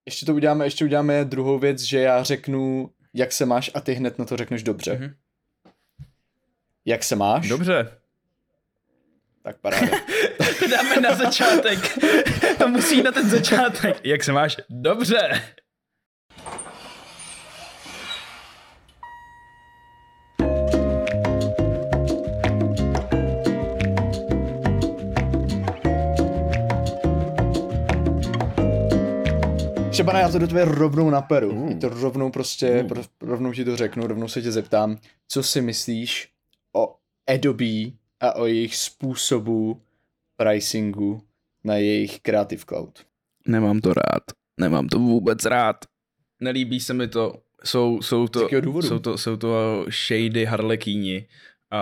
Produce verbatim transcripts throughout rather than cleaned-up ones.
ještě to uděláme, ještě uděláme druhou věc, že já řeknu, jak se máš a ty hned na to řekneš dobře. Mm-hmm. Jak se máš? Dobře. Tak paráda. To dáme na začátek. To musí jít na ten začátek. Jak se máš? Dobře. Štěpane, já to do tebe rovnou naperu. Mm. To rovnou prostě, mm. rovnou ti to řeknu, rovnou se tě zeptám, co si myslíš o Adobe a o jejich způsobu pricingu na jejich Creative Cloud? Nemám to rád. Nemám to vůbec rád. Nelíbí se mi to. Jsou, jsou to, jsou to, jsou to shady harlekíni. A,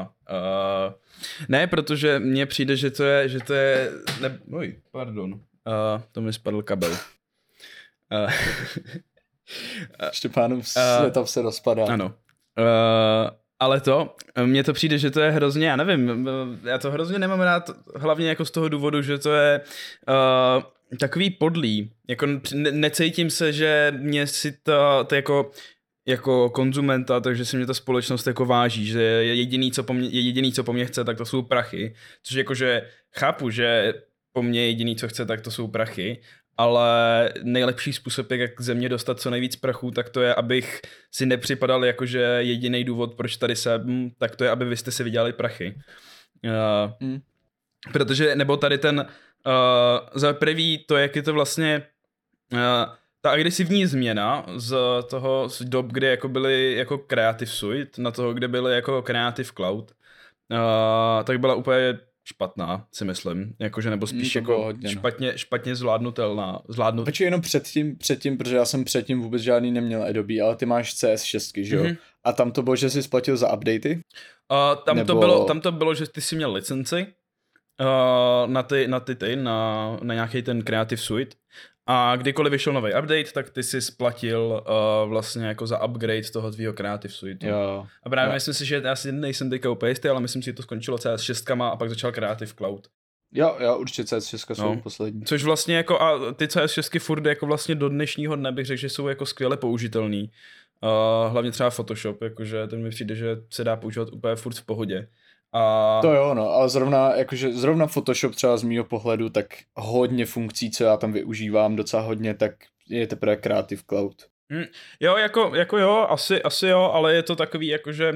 a ne, protože mně přijde, že to je, že to je, ne, oj, pardon, a, to mi spadl kabel. Uh, Štěpánův světav se rozpadá. Ano. Uh, ale to, mně to přijde, že to je hrozně, já nevím, já to hrozně nemám rád, hlavně jako z toho důvodu, že to je uh, takový podlý. Jako ne, necítím se, že mě si to, to jako, jako konzumenta, takže si mě ta společnost jako váží, že je jediný, co po mně, je jediný, co po mně chce, tak to jsou prachy. Což jakože chápu, že po mně jediný, co chce, tak to jsou prachy. Ale nejlepší způsob, jak ze mě dostat co nejvíc prachu, tak to je, abych si nepřipadal jakože jediný důvod, proč tady jsem, tak to je, aby vy jste si vydělali prachy. Uh, mm. Protože, nebo tady ten, uh, za prvý to, jak je to vlastně, uh, ta agresivní změna z toho, z dob, kdy jako byly jako Creative Suite, na toho, kde byly jako Creative Cloud, uh, tak byla úplně špatná, si myslím, jakože nebo spíš jako hodně, špatně, špatně zvládnutelná. Zvládnut... Počkej jenom předtím, předtím, protože já jsem předtím vůbec žádný neměl Adobe, ale ty máš C S šest, že jo? Mm-hmm. A tam to bylo, že jsi splatil za updaty? Uh, tam, nebo... to bylo, tam to bylo, že ty jsi měl licenci uh, na ty, na ty, ty na, na nějaký ten Creative Suite a kdykoliv vyšel nový update, tak ty jsi splatil uh, vlastně jako za upgrade toho tvýho Creative Suite. Jo. A právě jo. myslím si, že já si nejsem teďka úplně jistý, ale myslím si, že to skončilo C S šest a pak začal Creative Cloud. Jo, jo, určitě C S šest jsou no. poslední. Což vlastně jako, a ty C S šest furt jako vlastně do dnešního dne bych řekl, že jsou jako skvěle použitelný. Uh, hlavně třeba Photoshop, jakože ten mi přijde, že se dá používat úplně furt v pohodě. A... To jo, no, ale zrovna, jakože, zrovna Photoshop třeba z mýho pohledu, tak hodně funkcí, co já tam využívám docela hodně, tak je teprve Creative Cloud. Hmm, jo, jako, jako jo, asi, asi jo, ale je to takový, jakože uh,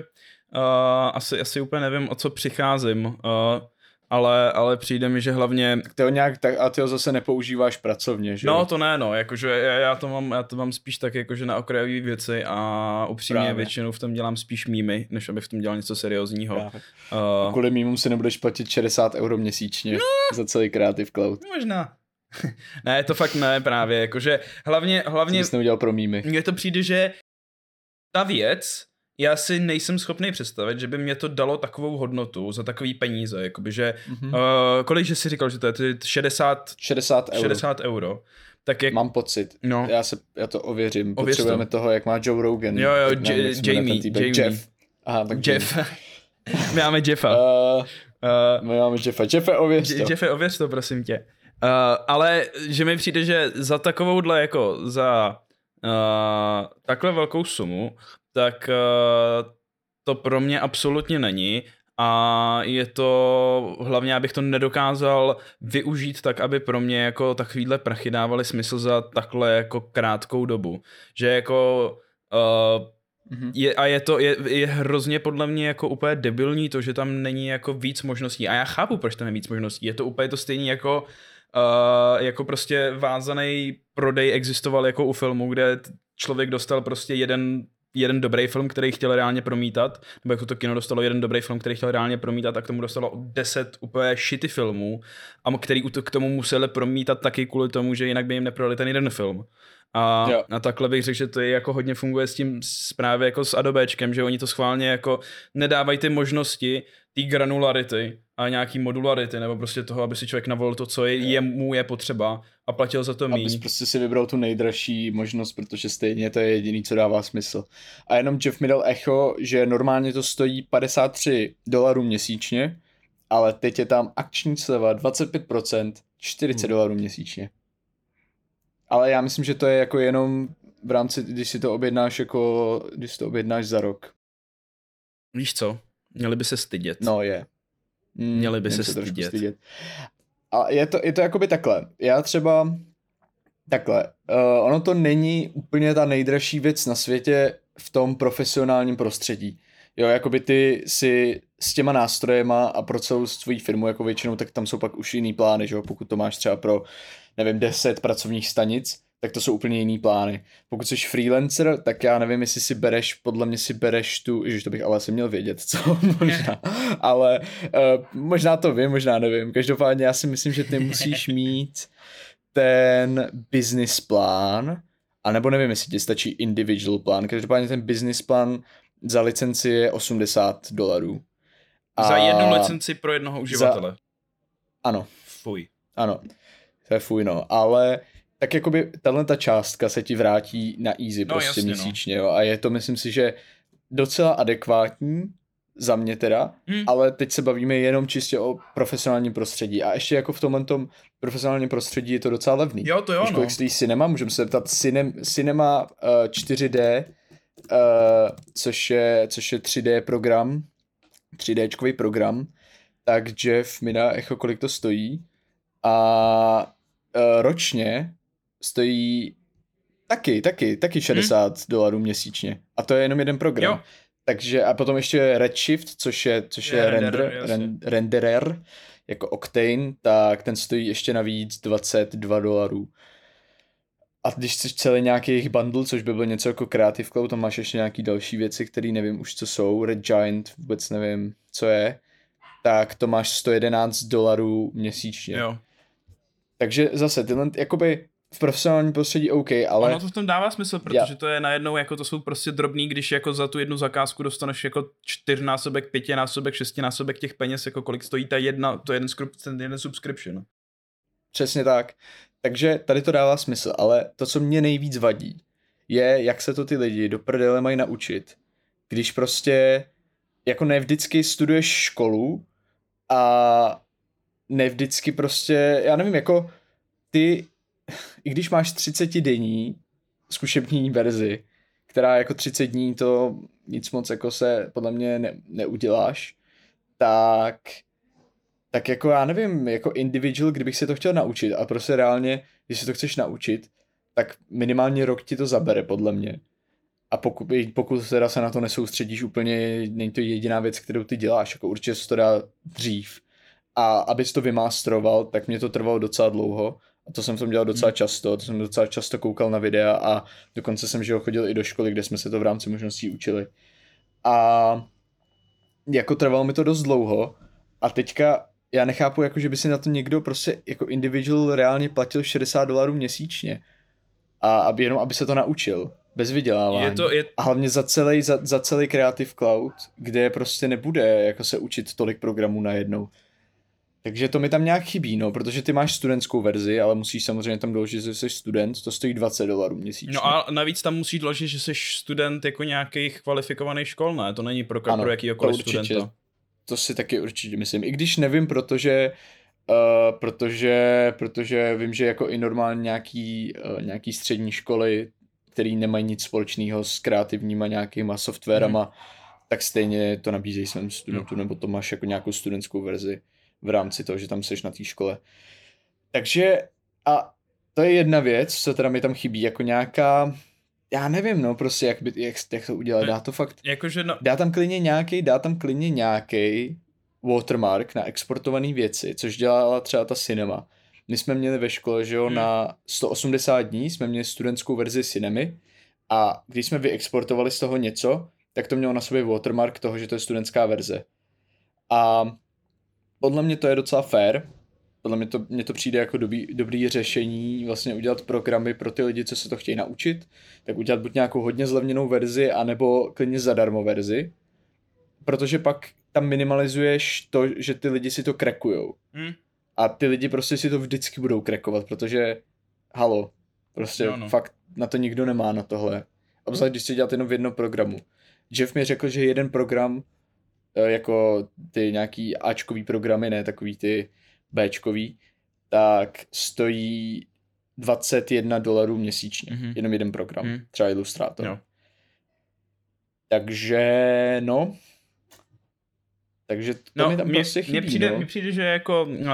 asi, asi úplně nevím, o co přicházím, uh, ale, ale přijde mi, že hlavně... Tak ty ho nějak, tak, a ty ho zase nepoužíváš pracovně, že? No to ne, no, jakože já, já, to mám, já to mám spíš tak jakože na okrajové věci a upřímně Právě. většinou v tom dělám spíš mýmy, než abych v tom dělal něco seriózního. Uh, Kvůli mýmům si nebudeš platit šedesát euro měsíčně no, za celý Creative Cloud. Možná. Ne, to fakt ne právě, jakože hlavně... hlavně Co jsi neudělal pro mýmy? Mně to přijde, že ta věc... Já si nejsem schopný představit, že by mě to dalo takovou hodnotu za takový peníze, jakoby, že mm-hmm. uh, kolik, že jsi říkal, že to je šedesát, šedesát euro. šedesát euro. Tak jak... Mám pocit, no. já, se, já to ověřím, Ověř potřebujeme to. toho, jak má Joe Rogan. Jo, jo, J- Jamie, Jamie. Jeff. Aha, tak Jeff. My máme Jeffa. Uh, uh, my máme Jeffa. Jeffe, ověř to. Jeffe, ověř to, prosím tě. Uh, ale že mi přijde, že za takovouhle, jako za uh, takhle velkou sumu, tak uh, to pro mě absolutně není a je to, hlavně abych to nedokázal využít tak, aby pro mě jako takovýhle prachy dávaly smysl za takhle jako krátkou dobu. Že jako uh, mm-hmm. je, a je to, je, je hrozně podle mě jako úplně debilní to, že tam není jako víc možností a já chápu, proč tam je víc možností. Je to úplně to stejné jako Uh, jako prostě vázaný prodej existoval jako u filmu, kde člověk dostal prostě jeden jeden dobrý film, který chtěl reálně promítat, nebo jako to kino dostalo jeden dobrý film, který chtěl reálně promítat a k tomu dostalo deset úplně shitty filmů, a který k tomu museli promítat taky kvůli tomu, že jinak by jim neprodali ten jeden film. A, a takhle bych řekl, že to je jako hodně funguje s tím právě jako s Adobečkem, že oni to schválně jako nedávají ty možnosti, ty granularity a nějaký modularity, nebo prostě toho, aby si člověk navolil to, co je, je mu je potřeba a platil za to míň. Abys prostě si vybral tu nejdražší možnost, protože stejně to je jediný, co dává smysl. A jenom Jeff mi dal echo, že normálně to stojí padesát tři dolarů měsíčně, ale teď je tam akční sleva dvacet pět procent, čtyřicet dolarů měsíčně. ale já myslím, že to je jako jenom v rámci, když si to objednáš jako, když si to objednáš za rok. Víš co? Měli by se stydět. No je. Mm, Měli by se, se trošku stydět. stydět. A je to, je to jakoby takhle. Já třeba takhle. Uh, ono to není úplně ta nejdražší věc na světě v tom profesionálním prostředí. Jo, jakoby ty si s těma nástrojema a pro celou svoji firmu jako většinou, tak tam jsou pak už jiný plány, že jo, pokud to máš třeba pro, nevím, deset pracovních stanic, tak to jsou úplně jiný plány. Pokud jsi freelancer, tak já nevím, jestli si bereš, podle mě si bereš tu, ježiš, to bych ale asi měl vědět, co možná, ale uh, možná to vím, možná nevím. Každopádně já si myslím, že ty musíš mít ten business plán, anebo nevím, jestli ti stačí individual plán. Každopádně ten business plán za licenci je osmdesát dolarů. A za jednu licenci pro jednoho uživatele. Za... Ano. Fuj. Ano. To je fuj, no. Ale tak jakoby tahle ta částka se ti vrátí na easy no, prostě jasně, měsíčně. Jo. A je to, myslím si, že docela adekvátní za mě teda, hmm. ale teď se bavíme jenom čistě o profesionálním prostředí. A ještě jako v tomhle tom profesionálním prostředí je to docela levný. Jo, to jo, Víš, no. kolik stojí Cinema? Můžeme se zeptat. Cinem, Cinema uh, čtyři dé, uh, což, je, což je tři dé program, tři déčkový program, tak Jeff mi dá echo, kolik to stojí. A uh, ročně stojí taky, taky, taky šedesát hmm. dolarů měsíčně. A to je jenom jeden program. Jo. Takže a potom ještě Redshift, což je, což je, je render, render, ren, renderer, jako Octane, tak ten stojí ještě navíc dvacet dva dolarů. A když chceš celý nějaký jejich bundle, což by bylo něco jako Creative Cloud, tam máš ještě nějaký další věci, které nevím už co jsou, Red Giant, vůbec nevím co je, tak to máš sto jedenáct dolarů měsíčně. Jo. Takže zase tyhle, jakoby v profesionálním prostředí OK, ale... Ono to v tom dává smysl, protože já. to je najednou, jako to jsou prostě drobný, když jako za tu jednu zakázku dostaneš jako čtyřnásobek, pětinásobek, šestinásobek těch peněz, jako kolik stojí ta jedna, to jeden, ten jeden subscription. Přesně tak. Takže tady to dává smysl, ale to, co mě nejvíc vadí, je, jak se to ty lidi do prdele mají naučit, když prostě jako ne vždycky studuješ školu a ne vždycky prostě, já nevím, jako ty, i když máš třicet denní zkušební verzi, která jako třicet dní to nic moc jako se podle mě ne, neuděláš, tak tak jako já nevím, jako individual, kdybych se to chtěl naučit a prostě reálně, když se to chceš naučit, tak minimálně rok ti to zabere podle mě. A pokud, pokud teda se na to nesoustředíš úplně, není to jediná věc, kterou ty děláš, jako určitě se to dá dřív. A abys to vymástroval, tak mě to trvalo docela dlouho. A to jsem v tom dělal docela často, to jsem docela často koukal na videa a dokonce jsem, že ho chodil i do školy, kde jsme se to v rámci možností učili. A jako trvalo mi to dost dlouho a teďka já nechápu, jako, že by si na to někdo prostě jako individual reálně platil šedesát dolarů měsíčně. A aby, jenom aby se to naučil. Bez vydělávání. Je to, je... A hlavně za celý, za, za celý Creative Cloud, kde prostě nebude jako se učit tolik programů najednou. Takže to mi tam nějak chybí, no, protože ty máš studentskou verzi, ale musíš samozřejmě tam doložit, že jsi student, to stojí dvacet dolarů měsíčně. No a navíc tam musíš doložit, že jsi student jako nějakých kvalifikovaných škol, ne? To není pro, ano, pro jakýhokoliv studenta. To si taky určitě myslím. I když nevím, protože uh, protože, protože vím, že jako i normálně nějaký, uh, nějaký střední školy, který nemají nic společného s kreativníma nějakýma softwarama, hmm. tak stejně to nabízejí svým studentům, no. Nebo to máš jako nějakou studentskou verzi v rámci toho, že tam seš na té škole. Takže a to je jedna věc, co teda mi tam chybí, jako nějaká, já nevím, no, prostě jak, by, jak, jak to udělat, dá to fakt, Jakože no... dá tam klidně nějaký, dá tam klidně nějaký watermark na exportované věci, což dělala třeba ta Cinema. My jsme měli ve škole, že jo, hmm. na sto osmdesát dní jsme měli studentskou verzi Cinemy a když jsme vyexportovali z toho něco, tak to mělo na sobě watermark toho, že to je studentská verze. A podle mě to je docela fair, podle mě to, mě to přijde jako dobrý, dobrý řešení vlastně udělat programy pro ty lidi, co se to chtějí naučit, tak udělat buď nějakou hodně zlevněnou verzi, anebo klidně zadarmo verzi, protože pak tam minimalizuješ to, že ty lidi si to krekujou. Hmm. A ty lidi prostě si to vždycky budou krekovat, protože halo, prostě no, no. fakt na to nikdo nemá na tohle. Obzvlášť, když si dělat jenom v jednom programu. Jeff mi řekl, že jeden program, jako ty nějaký Ačkový programy, ne takový ty Bčkový, tak stojí dvacet jedna dolarů měsíčně. Mhm. Jenom jeden program. Mhm. Třeba Illustrator. Jo. Takže, no. Takže to No, mi tam mě, prostě chybí, mně přijde, no. mně přijde, že jako uh, uh,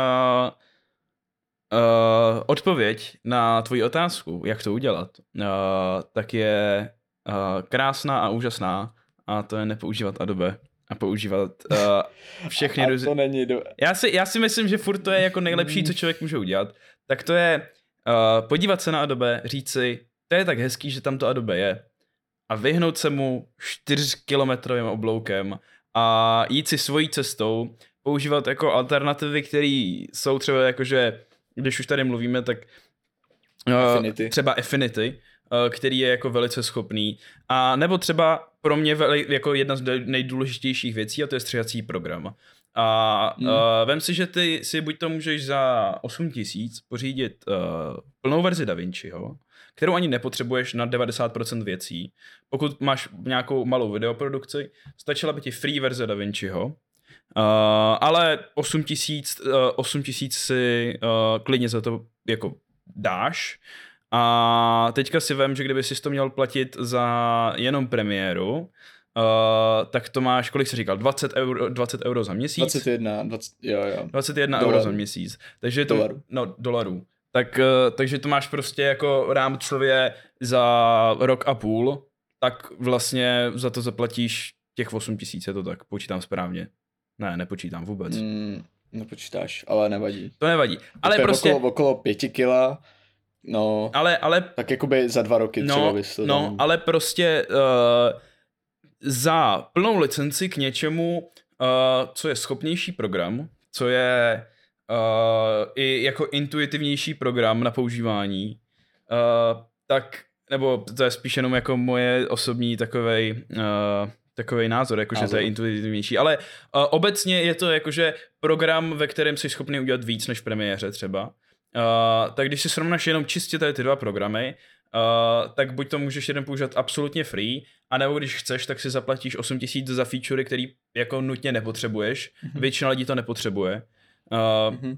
odpověď na tvoji otázku, jak to udělat, uh, tak je uh, krásná a úžasná a to je nepoužívat Adobe a používat uh, všechny A různé... to není do... Já si, já si myslím, že furt to je jako nejlepší, co člověk může udělat. Tak to je uh, podívat se na Adobe, říct si, to je tak hezký, že tam to Adobe je a vyhnout se mu čtyřkilometrovým obloukem a jít si svojí cestou, používat jako alternativy, které jsou třeba jakože, když už tady mluvíme, tak uh, Affinity. třeba Affinity, uh, který je jako velice schopný, a nebo třeba pro mě veli, jako jedna z nejdůležitějších věcí, a to je střihací program. A hmm. uh, vem si, že ty si buď to můžeš za osm tisíc pořídit uh, plnou verzi DaVinciho, kterou ani nepotřebuješ na devadesát procent věcí. Pokud máš nějakou malou videoprodukci, stačila by ti free verze DaVinciho, uh, ale osm tisíc uh, osm tisíc si uh, klidně za to jako dáš. A teďka si vem, že kdyby jsi to měl platit za jenom premiéru, Uh, tak to máš, kolik jsi říkal, dvacet euro, dvacet euro za měsíc? dvacet jedna, dvacet, jo, jo. dvacet jedna euro za měsíc. Takže to, dolarů. No, dolarů. Tak, uh, takže to máš prostě jako rámcově za rok a půl, tak vlastně za to zaplatíš těch osm tisíc, je to tak, počítám správně. Ne, nepočítám vůbec. Mm, nepočítáš, ale nevadí. To nevadí. Ale to prostě... Okolo, okolo pěti kila, no, ale, ale... tak jakoby za dva roky no, třeba bys to No, tam... ale ale prostě... Uh, za plnou licenci k něčemu, uh, co je schopnější program, co je uh, i jako intuitivnější program na používání, uh, tak, nebo to je spíš jenom jako moje osobní takovej, uh, takovej názor, jakože to je intuitivnější, ale uh, obecně je to jakože program, ve kterém jsi schopný udělat víc než v premiéře třeba. Uh, tak když si srovnáš jenom čistě tady ty dva programy, Uh, tak buď to můžeš jeden používat absolutně free, anebo když chceš, tak si zaplatíš osm tisíc za featurey, který jako nutně nepotřebuješ. Mm-hmm. Většina lidí to nepotřebuje. Uh, mm-hmm.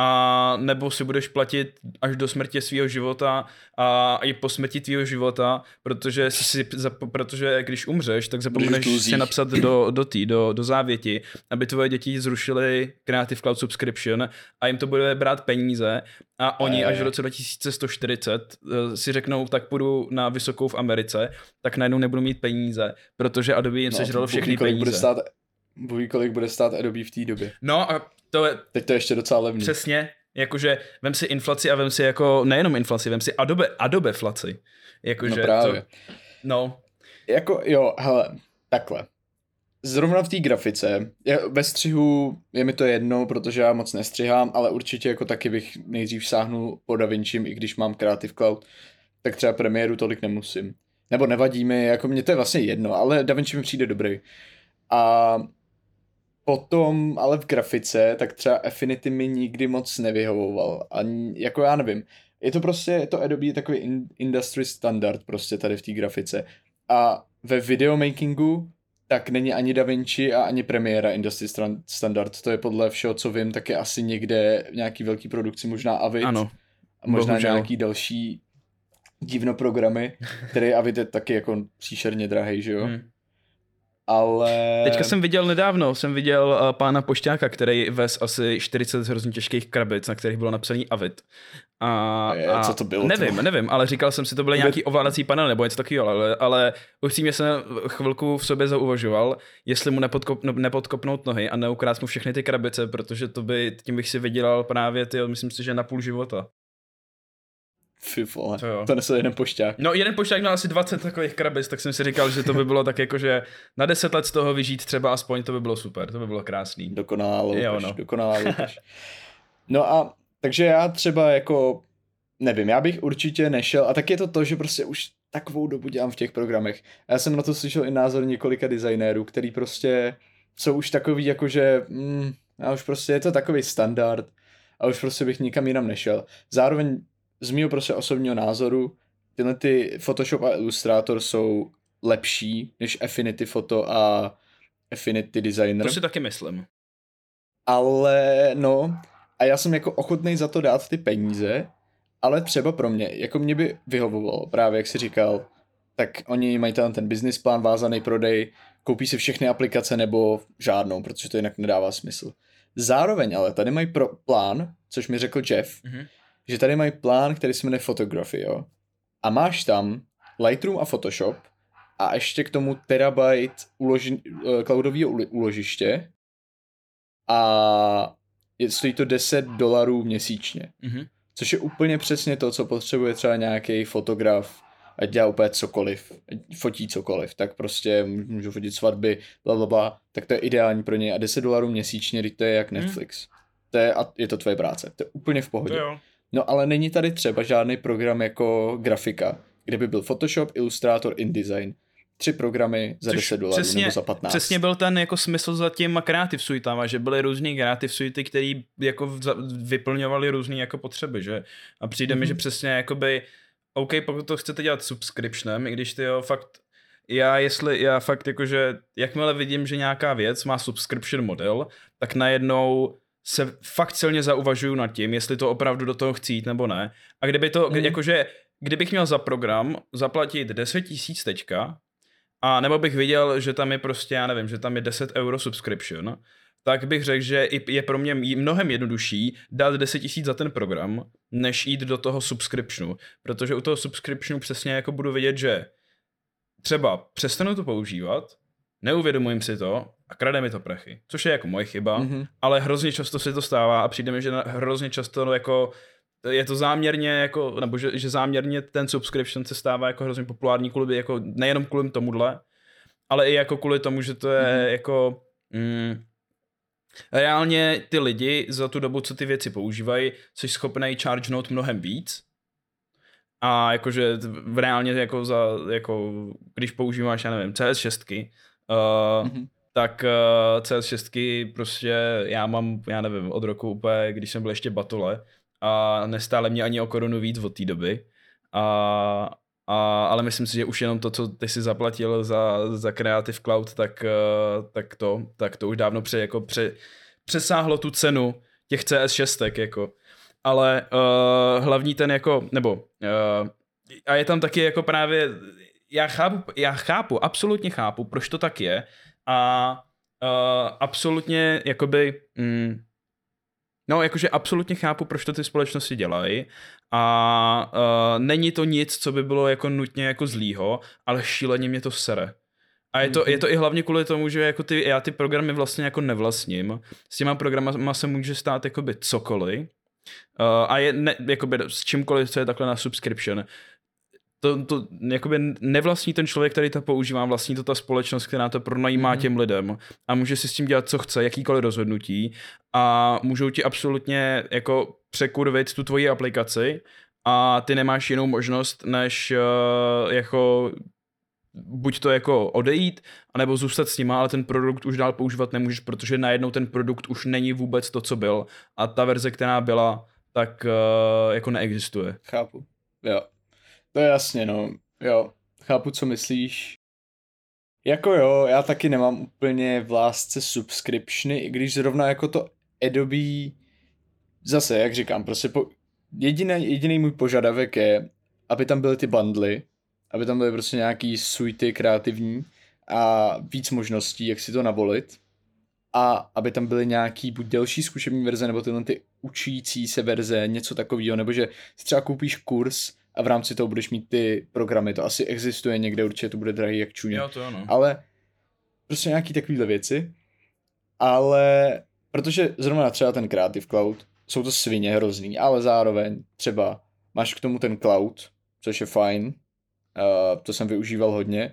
A nebo si budeš platit až do smrti svého života a i po smrti tvýho života, protože, si, protože když umřeš, tak zapomeneš si napsat do, do, tý, do, do závěti, aby tvoje děti zrušily Creative Cloud Subscription a jim to bude brát peníze a oni až v roce dva tisíce sto čtyřicet si řeknou, tak půjdu na vysokou v Americe, tak najednou nebudu mít peníze, protože Adobe jim no, sežralo všechny peníze. Bude stát, Bůh kolik bude stát Adobe v té době. No a to je... Teď to je ještě docela levný. Přesně, jakože vem si inflaci a vem si jako, nejenom inflaci, vem si Adobe, Adobe flaci. Jakože no právě. To, no. Jako jo, hele, takhle. Zrovna v té grafice, ve střihu je mi to jedno, protože já moc nestřihám, ale určitě jako taky bych nejdřív sáhnul po DaVincim, i když mám Creative Cloud, tak třeba premiéru tolik nemusím. Nebo nevadí mi, jako mě to je vlastně jedno, ale DaVinci mi přijde dobrý. A potom, ale v grafice, tak třeba Affinity mi nikdy moc nevyhovoval. Ani, jako já nevím. Je to prostě, je to Adobe takový in, industry standard prostě tady v té grafice. A ve videomakingu tak není ani DaVinci a ani Premiera industry standard. To je podle všeho, co vím, tak je asi někde v nějaký velký produkci, možná Avid. Ano. A možná Bohužel. nějaký další divno programy, který Avid je taky jako příšerně drahej, že jo? Hmm. Ale... Teďka jsem viděl nedávno, jsem viděl uh, pána Pošťáka, který vez asi čtyřicet hrozně těžkých krabic, na kterých bylo napsaný Avid. A, je, a co to bylo? Nevím, to? nevím, ale říkal jsem si, to byly nějaký ovládací panel nebo něco takového, ale, ale upřímně jsem chvilku v sobě zauvažoval, jestli mu nepodkop, nepodkopnout nohy a neukrát mu všechny ty krabice, protože to by, tím bych si vydělal právě ty, myslím si, že na půl života. Fy vole, to, to nesl jeden Pošťák. No jeden Pošťák měl asi dvacet takových krabic, tak jsem si říkal, že to by bylo tak jako, že na deset let z toho vyžít třeba aspoň, to by bylo super, to by bylo krásný. Dokonalá loupež, jo, no. dokonalá loupež. No a takže já třeba jako, nevím, já bych určitě nešel, a tak je to to, že prostě už takovou dobu dělám v těch programech. A já jsem na to slyšel i názor několika designérů, který prostě jsou už takový jako, že mm, já už prostě je to takový standard a už prostě bych nikam jinam nešel. Zároveň z mýho prostě osobního názoru, tyhle ty Photoshop a Illustrator jsou lepší než Affinity Photo a Affinity Designer. To si taky myslím. Ale no, a já jsem jako ochotný za to dát ty peníze, ale třeba pro mě, jako mě by vyhovovalo, právě jak jsi říkal, tak oni mají tam ten business plán, vázaný prodej, koupí si všechny aplikace nebo žádnou, protože to jinak nedává smysl. Zároveň ale tady mají pro plán, což mi řekl Jeff, Mhm. že tady mají plán, který se jmenuje Photography, jo. A máš tam Lightroom a Photoshop a ještě k tomu terabyte uloži, cloudového uložiště a je, stojí to deset dolarů měsíčně. Mhm. Což je úplně přesně to, co potřebuje třeba nějaký fotograf, ať dělá úplně cokoliv, ať fotí cokoliv, tak prostě můžu fotit svatby, blablabla, tak to je ideální pro něj a deset dolarů měsíčně, když to je jak Netflix. Hmm. To je, a je to tvoje práce, to je úplně v pohodě. To jo. No ale není tady třeba žádný program jako grafika, kde by byl Photoshop, Illustrator, InDesign. Tři programy za Což deset dolarů přesně, nebo za patnáct. Přesně byl ten jako smysl za těma Creative Suitama, že byly různý Creative Suity, který jako vyplňovaly různý jako potřeby, že? A přijde mm-hmm. mi, že přesně jakoby, OK, pokud to chcete dělat subscriptionem, i když ty jo, fakt, já jestli, já fakt jakože, jakmile vidím, že nějaká věc má subscription model, tak najednou se fakt silně zauvažuju nad tím, jestli to opravdu do toho chci jít nebo ne. A kdyby to, mm. jakože, kdybych měl za program zaplatit deset tisíc teďka, a nebo bych viděl, že tam je prostě, já nevím, že tam je deset euro subscription, tak bych řekl, že je pro mě mnohem jednodušší dát deset tisíc za ten program, než jít do toho subscriptionu. Protože u toho subscriptionu přesně jako budu vidět, že třeba přestanu to používat, neuvědomujem si to a krade mi to prachy. Což je jako moje chyba, mm-hmm. ale hrozně často se to stává a přijde mi, že hrozně často no jako je to záměrně jako, nebo že, že záměrně ten subscription se stává jako hrozně populární kvůli, jako nejenom kvůli tomuhle, ale i jako kvůli tomu, že to je mm-hmm. jako mm, reálně ty lidi za tu dobu, co ty věci používají, jsi schopnej chargenout mnohem víc a jakože reálně jako za, jako když používáš, já nevím, C S šest, uh, mm-hmm. tak uh, C S šest prostě já mám, já nevím, od roku úplně, když jsem byl ještě batole, a nestále mě ani o korunu víc od té doby. A, a, ale myslím si, že už jenom to, co ty si zaplatil za, za Creative Cloud, tak, tak, to, tak to už dávno pře, jako pře, přesáhlo tu cenu těch C S šest. Jako. Ale uh, hlavní ten jako, nebo uh, a je tam taky jako právě, já chápu, já chápu, absolutně chápu, proč to tak je a uh, absolutně jakoby mm, No, jakože absolutně chápu, proč to ty společnosti dělají a uh, není to nic, co by bylo jako nutně jako zlýho, ale šíleně mě to sere. A je to, mm-hmm. je to i hlavně kvůli tomu, že jako ty, já ty programy vlastně jako nevlastním. S těma programa se může stát jakoby cokoliv uh, a je ne, jakoby s čímkoliv, co je takhle na subscription. To, to jakoby nevlastní ten člověk, který to používá, vlastní to ta společnost, která to pronajímá mm. těm lidem a může si s tím dělat, co chce, jakýkoliv rozhodnutí a můžou ti absolutně jako překurvit tu tvoji aplikaci a ty nemáš jinou možnost, než uh, jako buď to jako odejít, anebo zůstat s nima, ale ten produkt už dál používat nemůžeš, protože najednou ten produkt už není vůbec to, co byl a ta verze, která byla, tak uh, jako neexistuje. Chápu, jo. To je jasně, no. Jo, chápu, co myslíš. Jako jo, já taky nemám úplně v lásce subscriptiony, i když zrovna jako to Adobe, zase, jak říkám, prostě po, jediný, jediný můj požadavek je, aby tam byly ty bundly, aby tam byly prostě nějaký suity kreativní a víc možností, jak si to navolit. A aby tam byly nějaký buď delší zkušební verze, nebo tyhle ty učící se verze, něco takového, nebo že si třeba koupíš kurz a v rámci toho budeš mít ty programy. To asi existuje někde, určitě to bude drahý jak čuně. Jo, to ano. Ale prostě nějaký takovýhle věci. Ale protože zrovna třeba ten Creative Cloud, jsou to svině hrozný, ale zároveň třeba máš k tomu ten cloud, což je fajn. Uh, to jsem využíval hodně.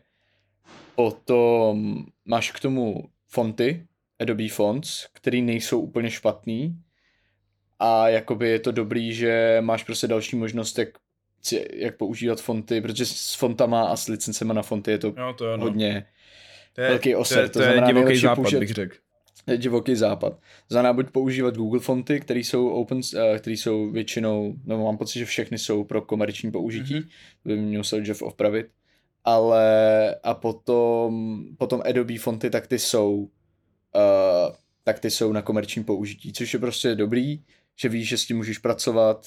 Potom máš k tomu fonty, Adobe Fonts, který nejsou úplně špatný. A jakoby je to dobrý, že máš prostě další možnost, jak jak používat fonty, protože s fontama a s licencema na fonty je to, jo, to je, no. hodně to je, velký oser. To je, to je divoký západ, použít, bych řekl. Je divoký západ. Znamená buď používat Google fonty, které jsou open, které jsou většinou, no mám pocit, že všechny jsou pro komerční použití, mm-hmm. to by mě musel Jeff opravit, ale a potom, potom Adobe fonty, tak ty jsou uh, tak ty jsou na komerční použití, což je prostě dobrý, že víš, že s tím můžeš pracovat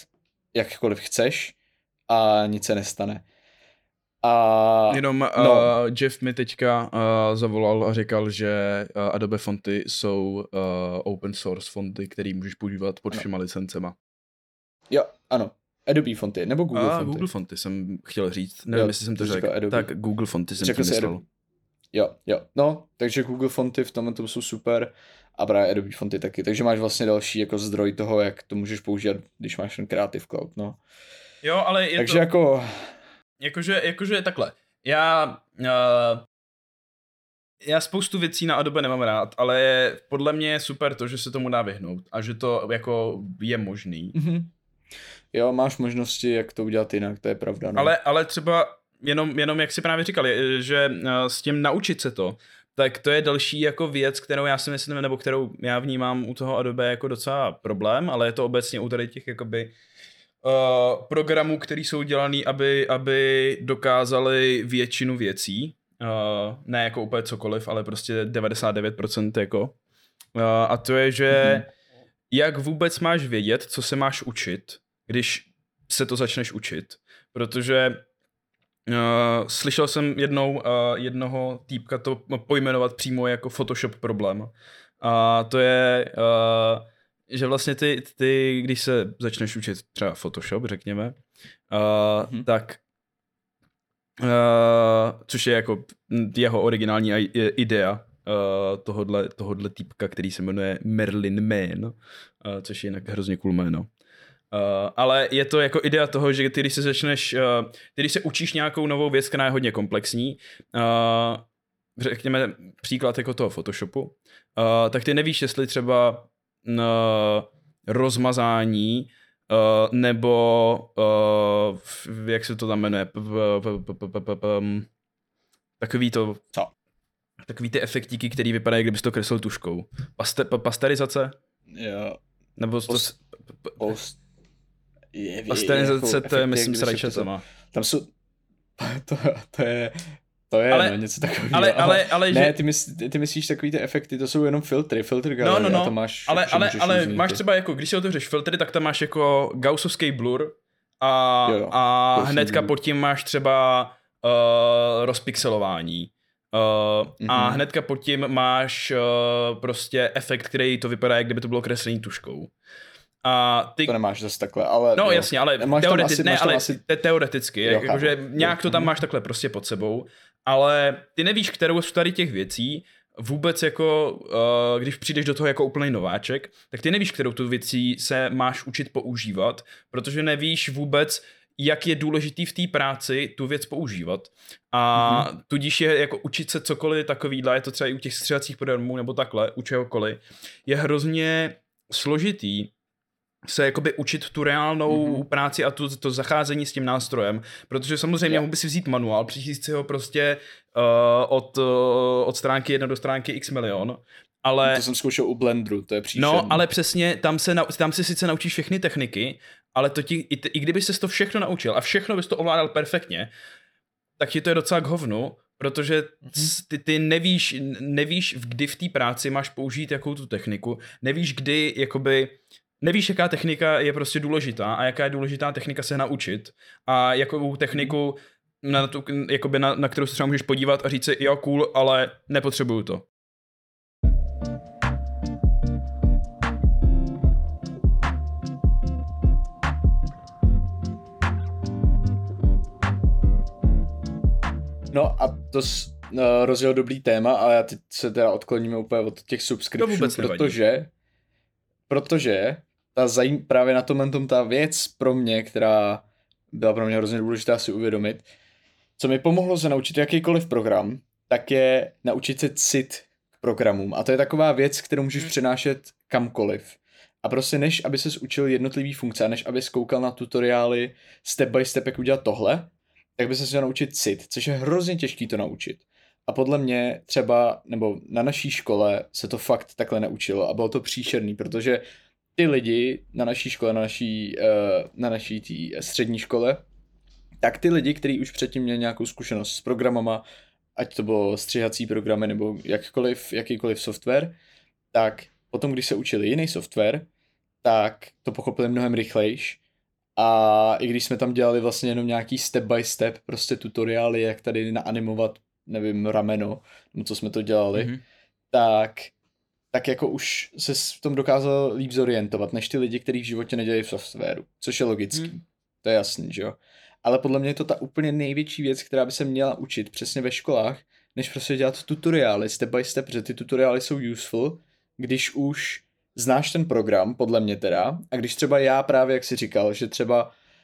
jakkoliv chceš a nic se nestane. A Jenom no. uh, Jeff mi teďka uh, zavolal a říkal, že uh, Adobe fonty jsou uh, open source fonty, který můžeš používat pod všema licencema. Jo, ano. Adobe fonty, nebo Google a, fonty. Google fonty jsem chtěl říct, nevím, jo, jestli jsem to řekl. Adobe. Tak Google fonty jsem řekl tím myslel. Adobe. Jo, jo. No, takže Google fonty v tomhle jsou super a právě Adobe fonty taky. Takže máš vlastně další jako zdroj toho, jak to můžeš používat, když máš ten Creative Cloud, no. Jo, ale je takže to... jako... Jakože, jakože takhle. Já... Uh... Já spoustu věcí na Adobe nemám rád, ale podle mě je super to, že se tomu dá vyhnout a že to jako je možný. Mm-hmm. Jo, máš možnosti, jak to udělat jinak, to je pravda. No. Ale, ale třeba jenom, jenom jak si právě říkali, že s tím naučit se to, tak to je další jako věc, kterou já si myslím, nebo kterou já vnímám u toho Adobe jako docela problém, ale je to obecně u tady těch jakoby uh, programů, který jsou dělaný, aby, aby dokázali většinu věcí, uh, ne jako úplně cokoliv, ale prostě devadesát devět procent jako. Uh, a to je, že mm-hmm. jak vůbec máš vědět, co se máš učit, když se to začneš učit, protože uh, slyšel jsem jednou uh, jednoho týpka to pojmenovat přímo jako Photoshop problém. A to je, uh, že vlastně ty, ty, když se začneš učit třeba Photoshop, řekněme, uh, hmm. tak uh, což je jako jeho originální idea uh, tohodle, tohodle týpka, který se jmenuje Merlin Mann, uh, což je jinak hrozně cool jméno. Uh, ale je to jako idea toho, že ty, když se začneš, uh, ty, když se učíš nějakou novou věc, která je hodně komplexní, uh, řekněme příklad jako toho Photoshopu, uh, tak ty nevíš, jestli třeba uh, rozmazání uh, nebo uh, jak se to tam jmenuje, takový to, co? Takový ty efektíky, který vypadají, kdybys to kreslil tuškou. Paste, pasterizace? Jo. Nebo to... Post, post, je, pasterizace, jako to je, myslím, s rajčatama. Tam jsou... To, to je... To je, ale, no, něco takového. Ale, ale, ale, ne, že... ty, mysl, ty myslíš takový ty efekty, to jsou jenom filtry, filtr galerie, no, no, no. a to máš... Ale, ale, ale máš třeba jako, když si otevřeš filtry, tak tam máš jako gaussovský blur a, jo, jo, a hnedka blur. Pod tím máš třeba uh, rozpixelování. Uh, mm-hmm. A hnedka pod tím máš uh, prostě efekt, který to vypadá, jak kdyby to bylo kreslení tuškou. A ty... To nemáš zase takhle, ale... No jo. jasně, ale, teoreti... asi, ne, ale asi... te- teoreticky, jo, jakože nějak to tam máš takhle prostě pod sebou, ale ty nevíš, kterou z tady těch věcí vůbec jako, uh, když přijdeš do toho jako úplný nováček, tak ty nevíš, kterou tu věcí se máš učit používat, protože nevíš vůbec, jak je důležitý v té práci tu věc používat. A mm-hmm. tudíž je jako učit se cokoliv takovýhle, je to třeba i u těch stříhacích programů nebo takhle, u čehokoliv, je hrozně složitý se jakoby učit tu reálnou mm-hmm. práci a tu, to zacházení s tím nástrojem, protože samozřejmě yeah. mohl by si vzít manuál, přečíst si ho prostě uh, od, uh, od stránky jedna do stránky x milion, ale... To jsem zkoušel u Blenderu, to je příšerný. No, ale přesně, tam se, tam se sice naučíš všechny techniky, ale to ti, i, i kdyby ses to všechno naučil a všechno bys to ovládal perfektně, tak ti to je docela k hovnu, protože ty, ty nevíš, nevíš, kdy v té práci máš použít jakou tu techniku, nevíš, kdy jakoby... Nevíš, jaká technika je prostě důležitá a jaká je důležitá technika se naučit a jakou techniku, na, tu, jakoby na, na kterou se třeba můžeš podívat a říct si, jo, cool, ale nepotřebuju to. No a to s, no, rozjel dobrý téma, ale já teď se teda odkloníme úplně od těch subscriptionů, protože, protože ta zajím, právě na tomhle tom ta věc pro mě, která byla pro mě hrozně důležitá si uvědomit, co mi pomohlo se naučit jakýkoliv program, tak je naučit se cit k programům. A to je taková věc, kterou můžeš přenášet kamkoliv. A prostě než aby ses učil jednotlivý funkce, a než aby zkoukal na tutoriály step by step, jak udělat tohle, tak by se měl naučit cit, což je hrozně těžký to naučit. A podle mě třeba, nebo na naší škole se to fakt takhle naučilo a bylo to příšerný, protože ty lidi na naší škole, na naší, uh, na naší tý střední škole, tak ty lidi, kteří už předtím měli nějakou zkušenost s programama, ať to bylo střihací programy nebo jakkoliv, jakýkoliv software, tak potom, když se učili jiný software, tak to pochopili mnohem rychlejš A i když jsme tam dělali vlastně jenom nějaký step by step, prostě tutoriály, jak tady naanimovat, nevím, rameno, no co jsme to dělali, mm-hmm. tak, tak jako už se v tom dokázal líp zorientovat, než ty lidi, kteří v životě nedělají v softwaru, což je logický, mm. to je jasný, že jo. Ale podle mě je to ta úplně největší věc, která by se měla učit přesně ve školách, než prostě dělat tutoriály step by step, protože ty tutoriály jsou useful, když už znáš ten program, podle mě teda, a když třeba já právě, jak jsi říkal, že třeba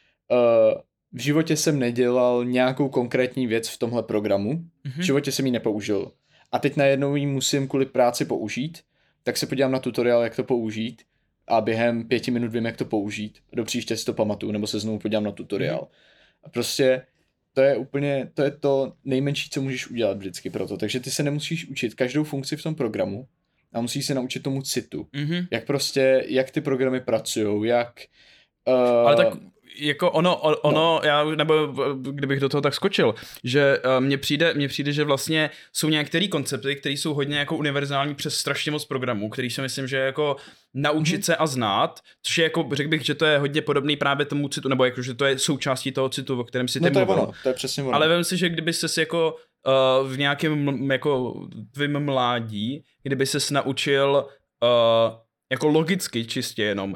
uh, v životě jsem nedělal nějakou konkrétní věc v tomhle programu, mm-hmm. v životě jsem ji nepoužil. A teď najednou ji musím kvůli práci použít, tak se podívám na tutoriál, jak to použít a během pěti minut vím, jak to použít. Do příště si to pamatuju, nebo se znovu podívám na tutoriál. Mm-hmm. A prostě to je úplně, to je to nejmenší, co můžeš udělat vždycky pro to. Takže ty se nemusíš učit každou funkci v tom programu, a musíš se naučit tomu citu. Mm-hmm. Jak prostě, jak ty programy pracujou, jak... Uh... Ale tak jako ono, ono, no. já, nebo kdybych do toho tak skočil, že uh, mně přijde, mně přijde, že vlastně jsou některé koncepty, které jsou hodně jako univerzální přes strašně moc programů, který si myslím, že jako naučit mm-hmm. se a znát, což je jako, řekl bych, že to je hodně podobný právě tomu citu, nebo jako, že to je součástí toho citu, o kterém si ty no, to mluvil. Je ono, to je přesně ono. Ale vem si, že kdyby ses jako uh, v nějakém jako tvým mládí, kdyby ses naučil uh, jako logicky čistě jenom,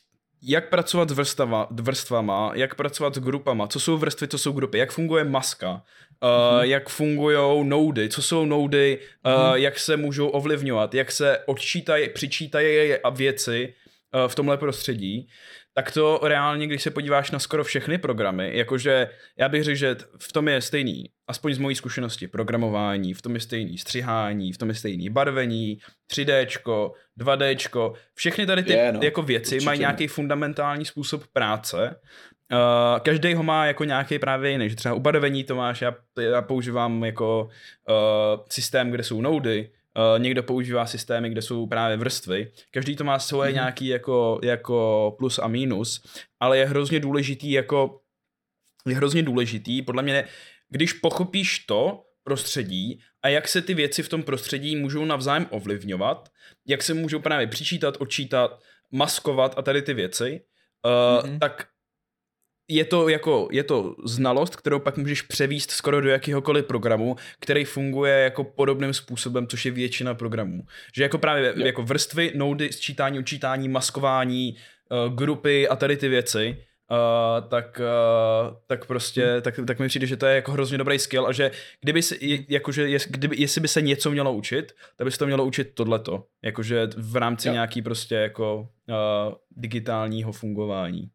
jak pracovat s vrstava, vrstvama, jak pracovat s grupama, co jsou vrstvy, co jsou grupy, jak funguje maska, uh, mm-hmm. jak fungují noudy, co jsou noudy, uh, mm-hmm. jak se můžou ovlivňovat, jak se odčítají, přičítají věci uh, v tomhle prostředí, tak to reálně, když se podíváš na skoro všechny programy, jakože já bych řekl, že v tom je stejný, aspoň z mojí zkušenosti, programování, v tom je stejný střihání, v tom je stejný barvení, tři déčko, dva déčko, všechny tady ty je, no, jako věci mají nějaký fundamentální způsob práce. Uh, každý ho má jako nějaký právě jiný, že třeba u barvení to máš, já, já používám jako uh, systém, kde jsou noudy, Uh, někdo používá systémy, kde jsou právě vrstvy. Každý to má svoje mm-hmm. nějaký jako, jako plus a minus, ale je hrozně důležitý jako je hrozně důležitý, podle mě, když pochopíš to prostředí a jak se ty věci v tom prostředí můžou navzájem ovlivňovat, jak se můžou právě přičítat, odčítat, maskovat a tady ty věci, uh, mm-hmm. tak je to jako, je to znalost, kterou pak můžeš převíst skoro do jakéhokoliv programu, který funguje jako podobným způsobem, což je většina programů. Že jako právě jo. jako vrstvy, noudy, sčítání, učítání, maskování, uh, grupy a tady ty věci, uh, tak, uh, tak prostě, hmm. tak, tak mi přijde, že to je jako hrozně dobrý skill a že kdyby se, jakože, jest, kdyby, jestli by se něco mělo učit, tak by se to mělo učit tohleto. Jakože v rámci jo. nějaký prostě jako uh, digitálního fungování.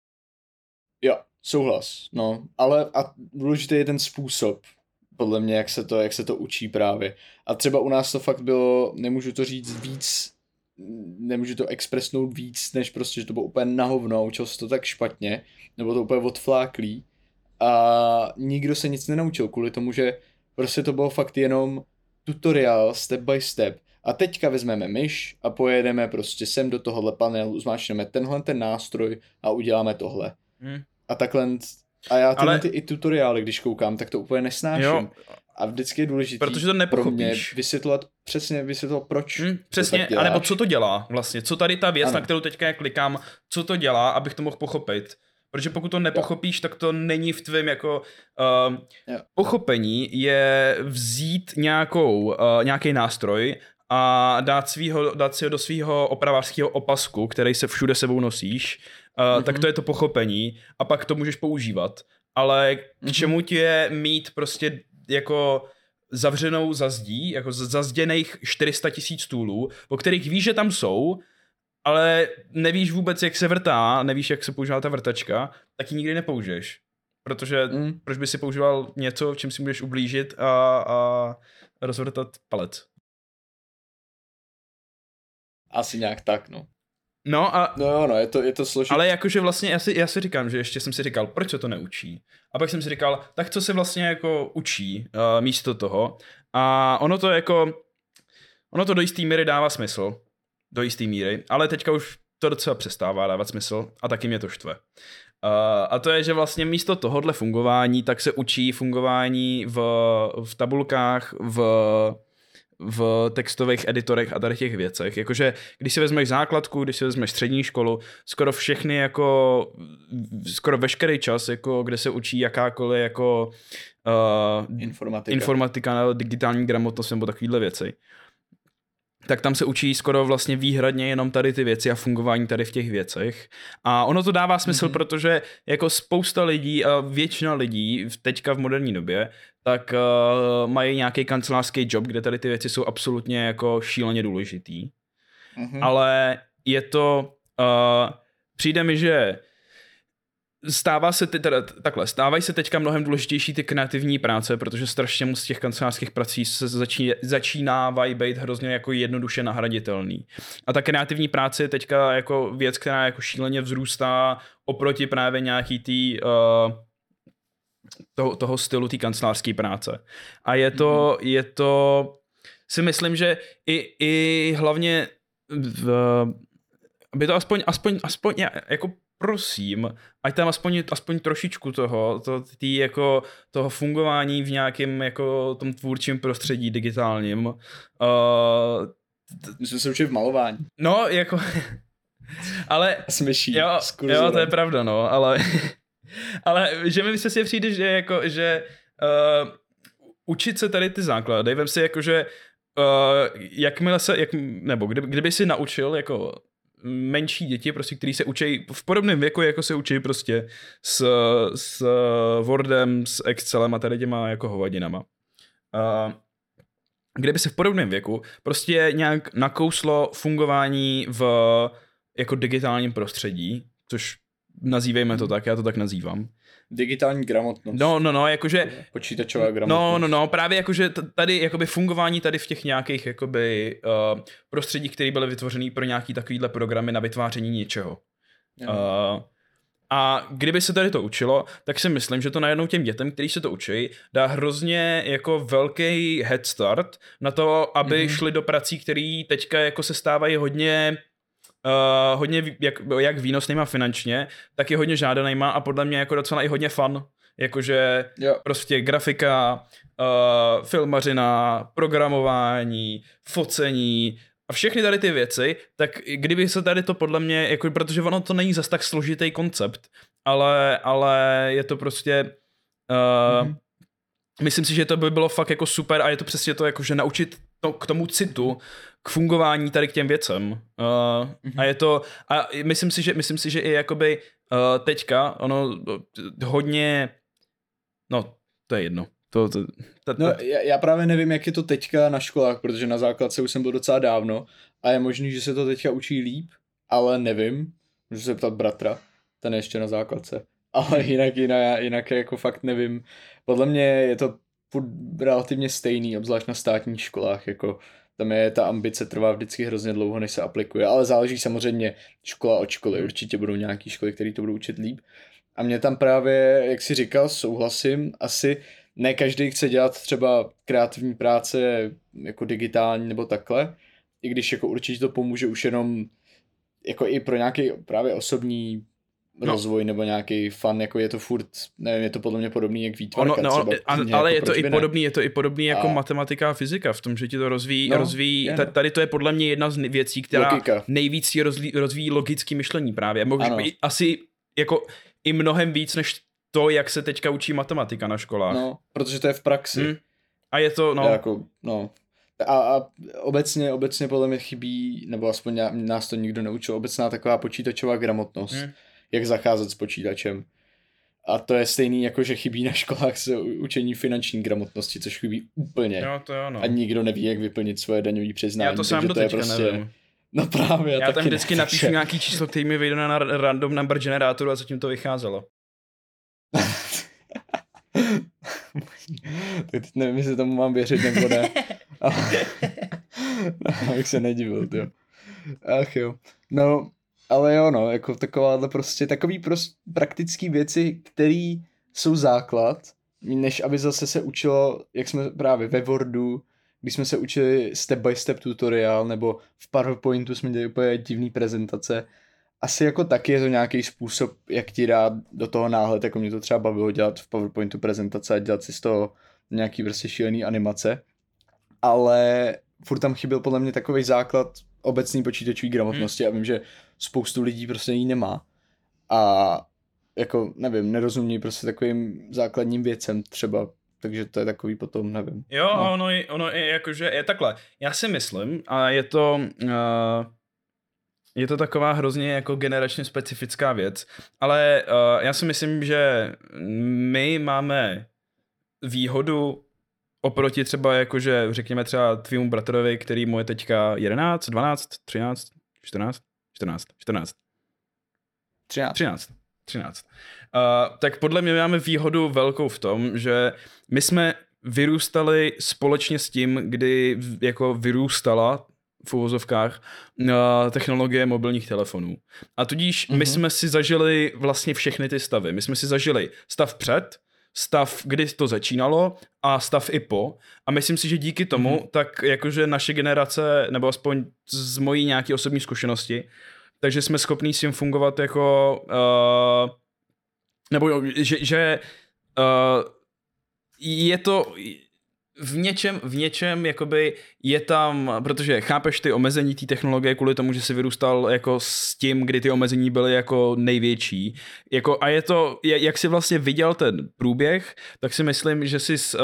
Jo, souhlas, no, ale a důležitý je ten způsob, podle mě, jak se to, jak se to učí právě. A třeba u nás to fakt bylo, nemůžu to říct víc, nemůžu to expresnout víc, než prostě, že to bylo úplně na hovno, učil se to tak špatně, nebo to úplně odfláklý a nikdo se nic nenaučil kvůli tomu, že prostě to bylo fakt jenom tutoriál step by step. A teďka vezmeme myš a pojedeme prostě sem do tohohle panelu, zmáčkneme tenhle ten nástroj a uděláme tohle. Hmm. A takhle, a já tyhle Ale... ty i tutoriály, když koukám, tak to úplně nesnáším. Jo. A vždycky je důležitý Protože to pro mě vysvětlovat, přesně vysvětlovat, proč hmm, přesně, anebo co to dělá vlastně, co tady ta věc, ano. na kterou teďka klikám, co to dělá, abych to mohl pochopit. Protože pokud to nepochopíš, jo. tak to není v tvém jako uh, pochopení je vzít nějakou, uh, nějaký nástroj a dát, svýho, dát si ho do svého opravářského opasku, který se všude sebou nosíš, uh, mm-hmm. tak to je to pochopení a pak to můžeš používat. Ale k mm-hmm. čemu ti je mít prostě jako zavřenou zazdí, jako zazděných čtyři sta tisíc stůlů, o kterých víš, že tam jsou, ale nevíš vůbec, jak se vrtá, nevíš, jak se používá ta vrtačka, tak ji nikdy nepoužiješ. Protože mm. proč by si používal něco, v čem si můžeš ublížit a, a rozvrtat palec? Asi nějak tak, no. No a... No jo, no, je to, je to složitý. Ale jakože vlastně já si, já si říkám, že ještě jsem si říkal, proč se to neučí? A pak jsem si říkal, tak co se vlastně jako učí uh, místo toho? A ono to jako... Ono to do jistý míry dává smysl. Do jistý míry. Ale teďka už to docela přestává dávat smysl a taky mě to štve. Uh, a to je, že vlastně místo tohohle fungování, tak se učí fungování v, v tabulkách, v, v textových editorech a tady těch věcech. Jakože když si vezmeš základku, když si vezmeš střední školu, skoro všechny jako, skoro veškerý čas, jako kde se učí jakákoliv jako uh, informatika. informatika, digitální gramotnost nebo takovýhle věci, tak tam se učí skoro vlastně výhradně jenom tady ty věci a fungování tady v těch věcech. A ono to dává smysl, mm-hmm. protože jako spousta lidí a většina lidí teďka v moderní době, tak uh, mají nějaký kancelářský job, kde tady ty věci jsou absolutně jako šíleně důležitý. Mm-hmm. Ale je to, uh, přijde mi, že stává se ty, teda, takhle, stávají se teďka mnohem důležitější ty kreativní práce, protože strašně moc z těch kancelářských prací se začí, začínávají být hrozně jako jednoduše nahraditelný. A ta kreativní práce je teďka jako věc, která jako šíleně vzrůstá oproti právě nějaký tý, uh, toho, toho stylu té kancelářské práce. A je to, mm-hmm. je to, si myslím, že i, i hlavně v, aby to aspoň, aspoň, aspoň jako prosím, ať tam aspoň, aspoň trošičku toho, to, tý jako, toho fungování v nějakém jako tom tvůrčím prostředí digitálním. Uh, My jsme se učili v malování. No, jako... ale... Smyší. Jo, jo, to je pravda, no, ale... ale že mi se si přijde, že jako, že uh, učit se tady ty základy, vem si jako, že uh, jakmile se, jak, nebo kdyby, kdyby si naučil jako menší děti, prostě, který se učí v podobném věku, jako se učí prostě s, s Wordem, s Excelem a tady těma jako hovadinama. Uh, kdyby se v podobném věku prostě nějak nakouslo fungování v jako digitálním prostředí, což nazývejme to tak, já to tak nazývám. Digitální gramotnost. No, no, no, jakože... Počítačová gramotnost. No, no, no, právě jakože tady, jakoby fungování tady v těch nějakých, jakoby, uh, prostředí, které byly vytvořený pro nějaký takovýhle programy na vytváření něčeho. Uh, a kdyby se tady to učilo, tak si myslím, že to najednou těm dětem, kteří se to učí, dá hrozně jako velký head start na to, aby mm-hmm. šli do prací, které teďka jako se stávají hodně... Uh, hodně jak, jak výnosnýma finančně, tak je hodně žádanýma a podle mě jako docela i hodně fun. Jakože jo. Prostě grafika, uh, filmařina, programování, focení a všechny tady ty věci, tak kdyby se tady to podle mě, jako, protože ono to není zas tak složitý koncept, ale, ale je to prostě uh, mm-hmm. myslím si, že to by bylo fakt jako super a je to přesně to, jakože naučit to, k tomu citu, k fungování tady k těm věcem. Uh, mm-hmm. A je to, a myslím si, že, myslím si, že i jakoby uh, teďka, ono hodně, no, to je jedno. To, to, to, to. No, já, já právě nevím, jak je to teďka na školách, protože na základce už jsem byl docela dávno a je možný, že se to teďka učí líp, ale nevím. Můžu se ptat bratra, ten je ještě na základce. Ale jinak, jinak, jinak jako fakt nevím. Podle mě je to relativně stejný, obzvlášť na státních školách, jako tam je ta ambice trvá vždycky hrozně dlouho, než se aplikuje, ale záleží samozřejmě škola od školy, určitě budou nějaký školy, které to budou učit líp. A mě tam právě, jak jsi říkal, souhlasím, asi ne každý chce dělat třeba kreativní práce jako digitální nebo takhle, i když jako určitě to pomůže už jenom jako i pro nějaký právě osobní No. rozvoj nebo nějaký fun, jako je to furt, nevím, je to podle mě podobný jak výtvarka ono, no, třeba. A, ale jako je to i podobný, je to i podobný jako a... matematika a fyzika, v tom, že ti to rozvíjí, no, rozvíjí t- tady to je podle mě jedna z věcí, která Logika. nejvíc ti rozvíjí, rozvíjí logické myšlení právě. Možná asi jako i mnohem víc, než to, jak se teďka učí matematika na školách. No, protože to je v praxi. Hmm. A je to, no. Jako, no. A, a obecně, obecně podle mě chybí, nebo aspoň nás to nikdo neučil, obecná taková počítačová gramotnost. Hmm. Jak zacházet s počítačem. A to je stejný, jako že chybí na školách se učení finanční gramotnosti, což chybí úplně. Jo, to jo, no. A nikdo neví, jak vyplnit svoje daňové přiznání. Já to sám do teďka prostě... nevím. No právě. Já tam vždycky ne, napíšu takže... nějaký číslo, který mi vyjde na random number generátoru a zatím to vycházelo. Tak teď nevím, jestli tomu mám věřit nebo ne. Ale... no, jak se nedivil, jo. Ach jo. No, ale jo, no, jako takováhle prostě, takový prostě praktický věci, které jsou základ, než aby zase se učilo, jak jsme právě ve Wordu, když jsme se učili step by step tutoriál, nebo v PowerPointu jsme dělali úplně divný prezentace. Asi jako taky je to nějaký způsob, jak ti dát do toho náhled, jako mě to třeba bavilo dělat v PowerPointu prezentace a dělat si z toho nějaký prostě šílený animace. Ale furt tam chyběl podle mě takový základ obecný počítačové gramotnosti hmm. a vím, že spoustu lidí prostě ji nemá a jako, nevím, nerozumí prostě takovým základním věcem třeba, takže to je takový potom, nevím. Jo, no. a ono je, ono je jakože, je takhle, já si myslím, a je to, uh, je to taková hrozně jako generačně specifická věc, ale uh, já si myslím, že my máme výhodu oproti třeba jakože, řekněme třeba tvýmu bratrovi, který mu je teďka jedenáct, dvanáct, třináct, čtrnáct, čtrnáct, čtrnáct. třináct. třináct. třináct. Uh, tak podle mě máme výhodu velkou v tom, že my jsme vyrůstali společně s tím, kdy jako vyrůstala v uvozovkách uh, technologie mobilních telefonů. A tudíž mm-hmm. my jsme si zažili vlastně všechny ty stavy. My jsme si zažili stav před, stav, kdy to začínalo a stav i po. A myslím si, že díky tomu, mm-hmm. tak jakože naše generace, nebo aspoň z mojí nějaké osobní zkušenosti, takže jsme schopní s tím fungovat jako, uh, nebo že, že uh, je to v něčem, v něčem jakoby je tam, protože chápeš ty omezení té technologie kvůli tomu, že jsi vyrůstal jako s tím, kdy ty omezení byly jako největší. Jako, a je to, jak jsi vlastně viděl ten průběh, tak si myslím, že jsi uh,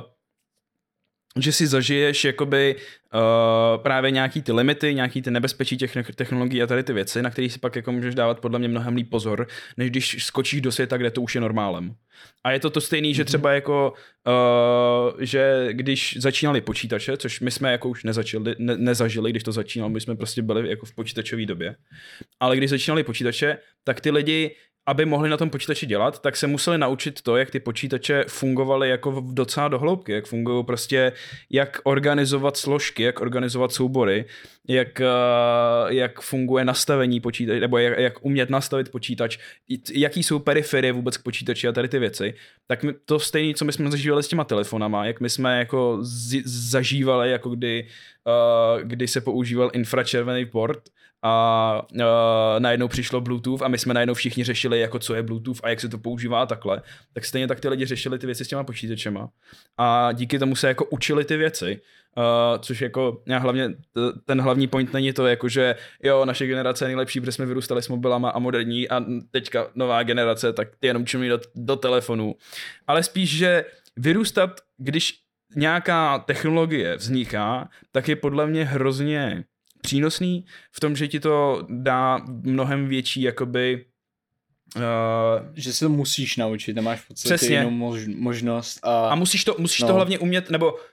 že si zažiješ jakoby uh, právě nějaký ty limity, nějaký ty nebezpečí těch technologií a tady ty věci, na které si pak jako můžeš dávat podle mě mnohem líp pozor, než když skočíš do světa, kde to už je normálem. A je to to stejný, mm-hmm. že třeba jako, uh, že když začínali počítače, což my jsme jako už nezačali, ne, nezažili, když to začínalo, my jsme prostě byli jako v počítačové době, ale když začínali počítače, tak ty lidi, aby mohli na tom počítači dělat, tak se museli naučit to, jak ty počítače fungovaly jako v docela do hloubky, jak fungují prostě, jak organizovat složky, jak organizovat soubory, jak, jak funguje nastavení počítače, nebo jak, jak umět nastavit počítač, jaký jsou periferie vůbec k počítači a tady ty věci. Tak my, to stejné, co my jsme zažívali s těma telefonama, jak my jsme jako z, zažívali, jako kdy, uh, kdy se používal infračervený port, a uh, najednou přišlo Bluetooth a my jsme najednou všichni řešili, jako co je Bluetooth a jak se to používá a takhle, tak stejně tak ty lidi řešili ty věci s těma počítačema a díky tomu se jako učili ty věci, uh, což jako já hlavně, ten hlavní point není to, jako že jo, naše generace je nejlepší, protože jsme vyrůstali s mobilama a moderní a teďka nová generace, tak ty jenom čumí do, do telefonu, ale spíš, že vyrůstat, když nějaká technologie vzniká, tak je podle mě hrozně přínosný v tom, že ti to dá mnohem větší jakoby uh, že se to musíš naučit, nemáš v podstatě přesně. jinou mož, možnost a, a musíš to, musíš no. to hlavně umět, nebo uh,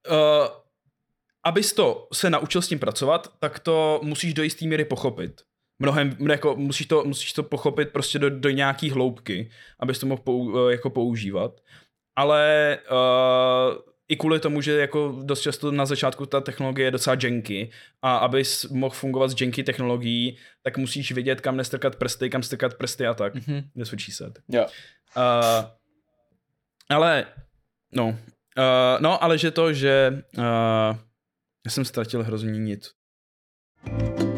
abys to se naučil s tím pracovat, tak to musíš do jistý míry pochopit. Mnohem, jako musíš to, musíš to pochopit prostě do, do nějaký hloubky, abys to mohl pou, jako používat. Ale uh, i kvůli tomu, že jako dost často na začátku ta technologie je docela janky a abys mohl fungovat s janky technologií, tak musíš vědět, kam nestrkat prsty, kam strkat prsty a tak. Mm-hmm. Nesvědčí se. Yeah. Uh, ale, no, uh, no, ale že to, že uh, já jsem ztratil hrozně nic.